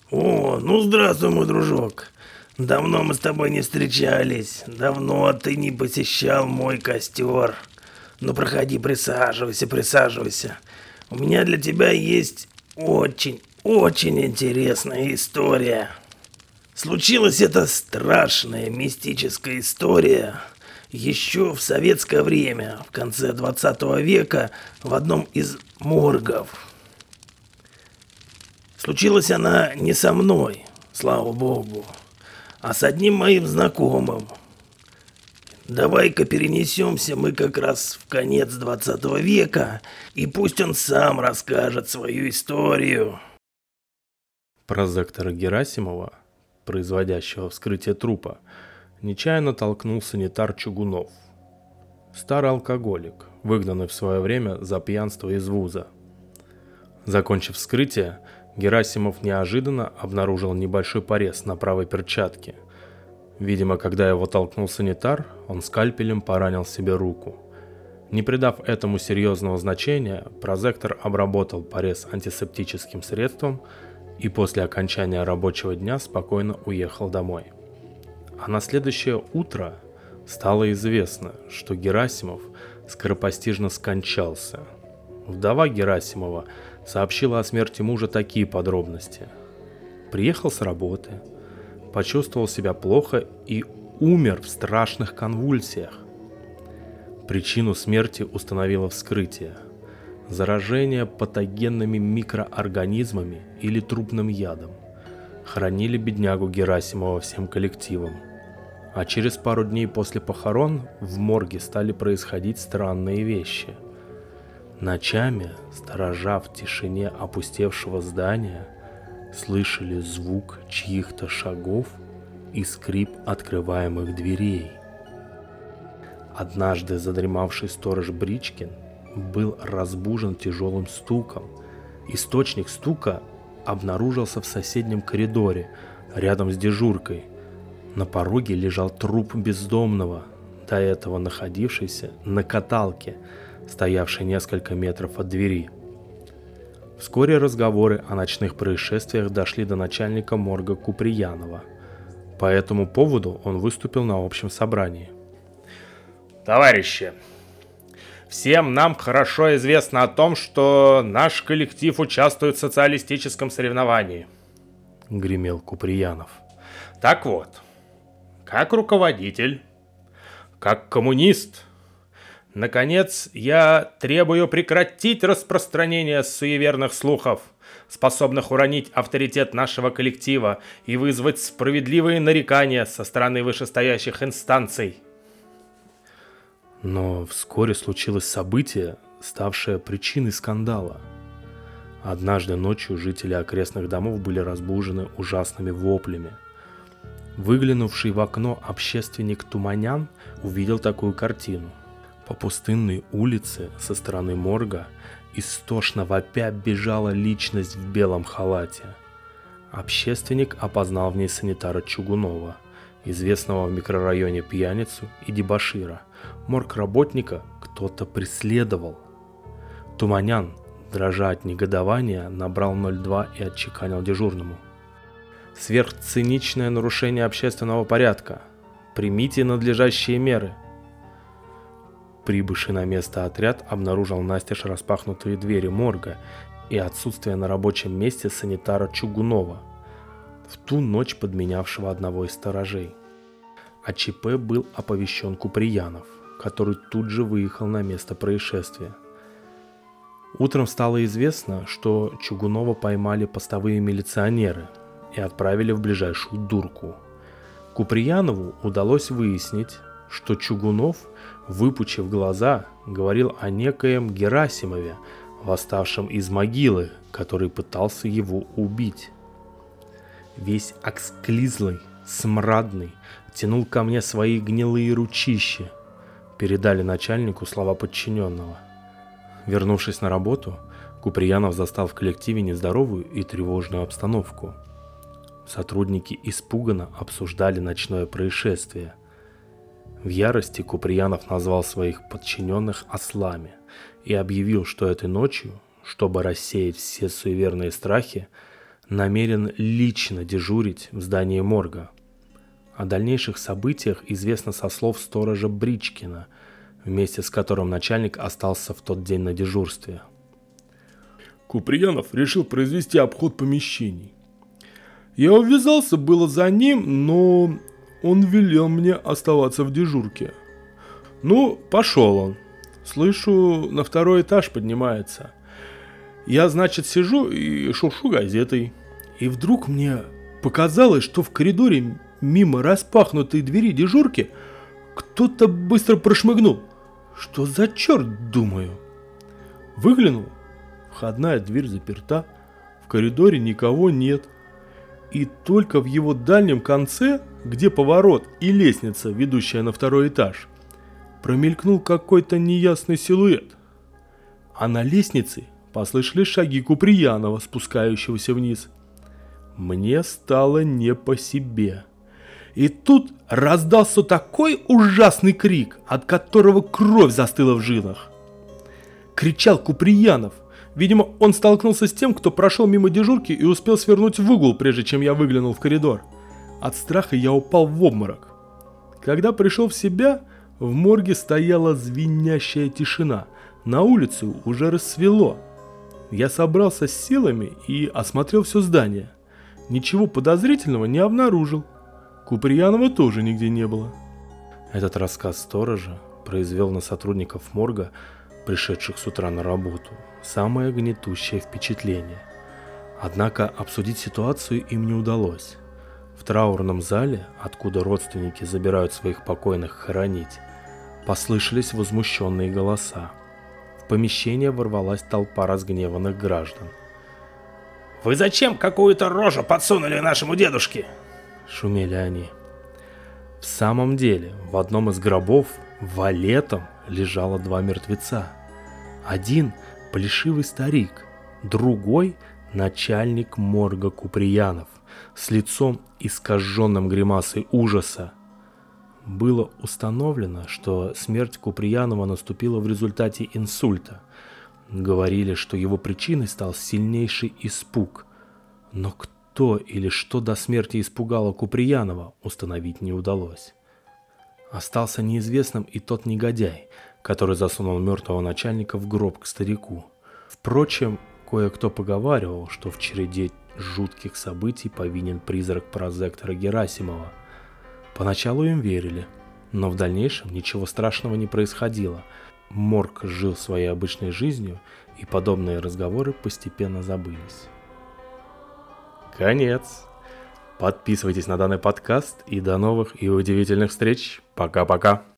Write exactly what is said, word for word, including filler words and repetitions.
О, ну здравствуй, мой дружок. Давно мы с тобой не встречались. Давно ты не посещал мой костер. Ну проходи, присаживайся, присаживайся. У меня для тебя есть очень, очень интересная история. Случилась эта страшная мистическая история еще в советское время, в конце двадцатого века, в одном из моргов. Случилась она не со мной, слава богу, а с одним моим знакомым. Давай-ка перенесемся мы как раз в конец двадцатого века, и пусть он сам расскажет свою историю. Прозектора Герасимова, производящего вскрытие трупа, нечаянно толкнул санитар Чугунов. Старый алкоголик, выгнанный в свое время за пьянство из вуза. Закончив вскрытие, Герасимов неожиданно обнаружил небольшой порез на правой перчатке. Видимо, когда его толкнул санитар, он скальпелем поранил себе руку. Не придав этому серьезного значения, прозектор обработал порез антисептическим средством и после окончания рабочего дня спокойно уехал домой. А на следующее утро стало известно, что Герасимов скоропостижно скончался. Вдова Герасимова сообщила о смерти мужа такие подробности. Приехал с работы, почувствовал себя плохо и умер в страшных конвульсиях. Причину смерти установило вскрытие. Заражение патогенными микроорганизмами или трупным ядом. Хоронили беднягу Герасимова всем коллективом. А через пару дней после похорон в морге стали происходить странные вещи. Ночами, сторожа в тишине опустевшего здания, слышали звук чьих-то шагов и скрип открываемых дверей. Однажды задремавший сторож Бричкин был разбужен тяжелым стуком. Источник стука обнаружился в соседнем коридоре, рядом с дежуркой. На пороге лежал труп бездомного, до этого находившийся на каталке, стоявшей несколько метров от двери. Вскоре разговоры о ночных происшествиях дошли до начальника морга Куприянова. По этому поводу он выступил на общем собрании. Товарищи, всем нам хорошо известно о том, что наш коллектив участвует в социалистическом соревновании, гремел Куприянов. Так вот, как руководитель, как коммунист, наконец, я требую прекратить распространение суеверных слухов, способных уронить авторитет нашего коллектива и вызвать справедливые нарекания со стороны вышестоящих инстанций. Но вскоре случилось событие, ставшее причиной скандала. Однажды ночью жители окрестных домов были разбужены ужасными воплями. Выглянувший в окно общественник Туманян увидел такую картину. По пустынной улице со стороны морга истошно вопя бежала личность в белом халате. Общественник опознал в ней санитара Чугунова, известного в микрорайоне пьяницу и дебошира. Морг-работника кто-то преследовал. Туманян, дрожа от негодования, набрал ноль два и отчеканил дежурному. Сверхциничное нарушение общественного порядка. Примите надлежащие меры. Прибывший на место отряд обнаружил настежь распахнутые двери морга и отсутствие на рабочем месте санитара Чугунова, в ту ночь подменявшего одного из сторожей. О ЧП был оповещен Куприянов, который тут же выехал на место происшествия. Утром стало известно, что Чугунова поймали постовые милиционеры и отправили в ближайшую дурку. Куприянову удалось выяснить, что Чугунов, выпучив глаза, говорил о некоем Герасимове, восставшем из могилы, который пытался его убить. Весь оксклизлый, смрадный, тянул ко мне свои гнилые ручища, передали начальнику слова подчиненного. Вернувшись на работу, Куприянов застал в коллективе нездоровую и тревожную обстановку. Сотрудники испуганно обсуждали ночное происшествие. В ярости Куприянов назвал своих подчиненных ослами и объявил, что этой ночью, чтобы рассеять все суеверные страхи, намерен лично дежурить в здании морга. О дальнейших событиях известно со слов сторожа Бричкина, вместе с которым начальник остался в тот день на дежурстве. Куприянов решил произвести обход помещений. Я увязался было за ним, но он велел мне оставаться в дежурке. Ну, пошел он. Слышу, на второй этаж поднимается. Я, значит, сижу и шуршу газетой. И вдруг мне показалось, что в коридоре мимо распахнутой двери дежурки кто-то быстро прошмыгнул. Что за черт, думаю? Выглянул. Входная дверь заперта. В коридоре никого нет. И только в его дальнем конце, где поворот и лестница, ведущая на второй этаж, промелькнул какой-то неясный силуэт. А на лестнице послышались шаги Куприянова, спускающегося вниз. Мне стало не по себе. И тут раздался такой ужасный крик, от которого кровь застыла в жилах. Кричал Куприянов. Видимо, он столкнулся с тем, кто прошел мимо дежурки и успел свернуть в угол, прежде чем я выглянул в коридор. От страха я упал в обморок. Когда пришел в себя, в морге стояла звенящая тишина. На улице уже рассвело. Я собрался с силами и осмотрел все здание. Ничего подозрительного не обнаружил. Куприянова тоже нигде не было. Этот рассказ сторожа произвел на сотрудников морга, пришедших с утра на работу, самое гнетущее впечатление. Однако обсудить ситуацию им не удалось. В траурном зале, откуда родственники забирают своих покойных хоронить, послышались возмущенные голоса. В помещение ворвалась толпа разгневанных граждан. «Вы зачем какую-то рожу подсунули нашему дедушке?» — шумели они. В самом деле, в одном из гробов валетом лежало два мертвеца. Один — плешивый старик, другой — начальник морга Куприянов, с лицом искаженным гримасой ужаса. Было установлено, что смерть Куприянова наступила в результате инсульта. Говорили, что его причиной стал сильнейший испуг. Но кто или что до смерти испугало Куприянова, установить не удалось. Остался неизвестным и тот негодяй, который засунул мертвого начальника в гроб к старику. Впрочем, кое-кто поговаривал, что в череде жутких событий повинен призрак прозектора Герасимова. Поначалу им верили, но в дальнейшем ничего страшного не происходило. Морг жил своей обычной жизнью, и подобные разговоры постепенно забылись. Конец. Подписывайтесь на данный подкаст, и до новых и удивительных встреч. Пока-пока.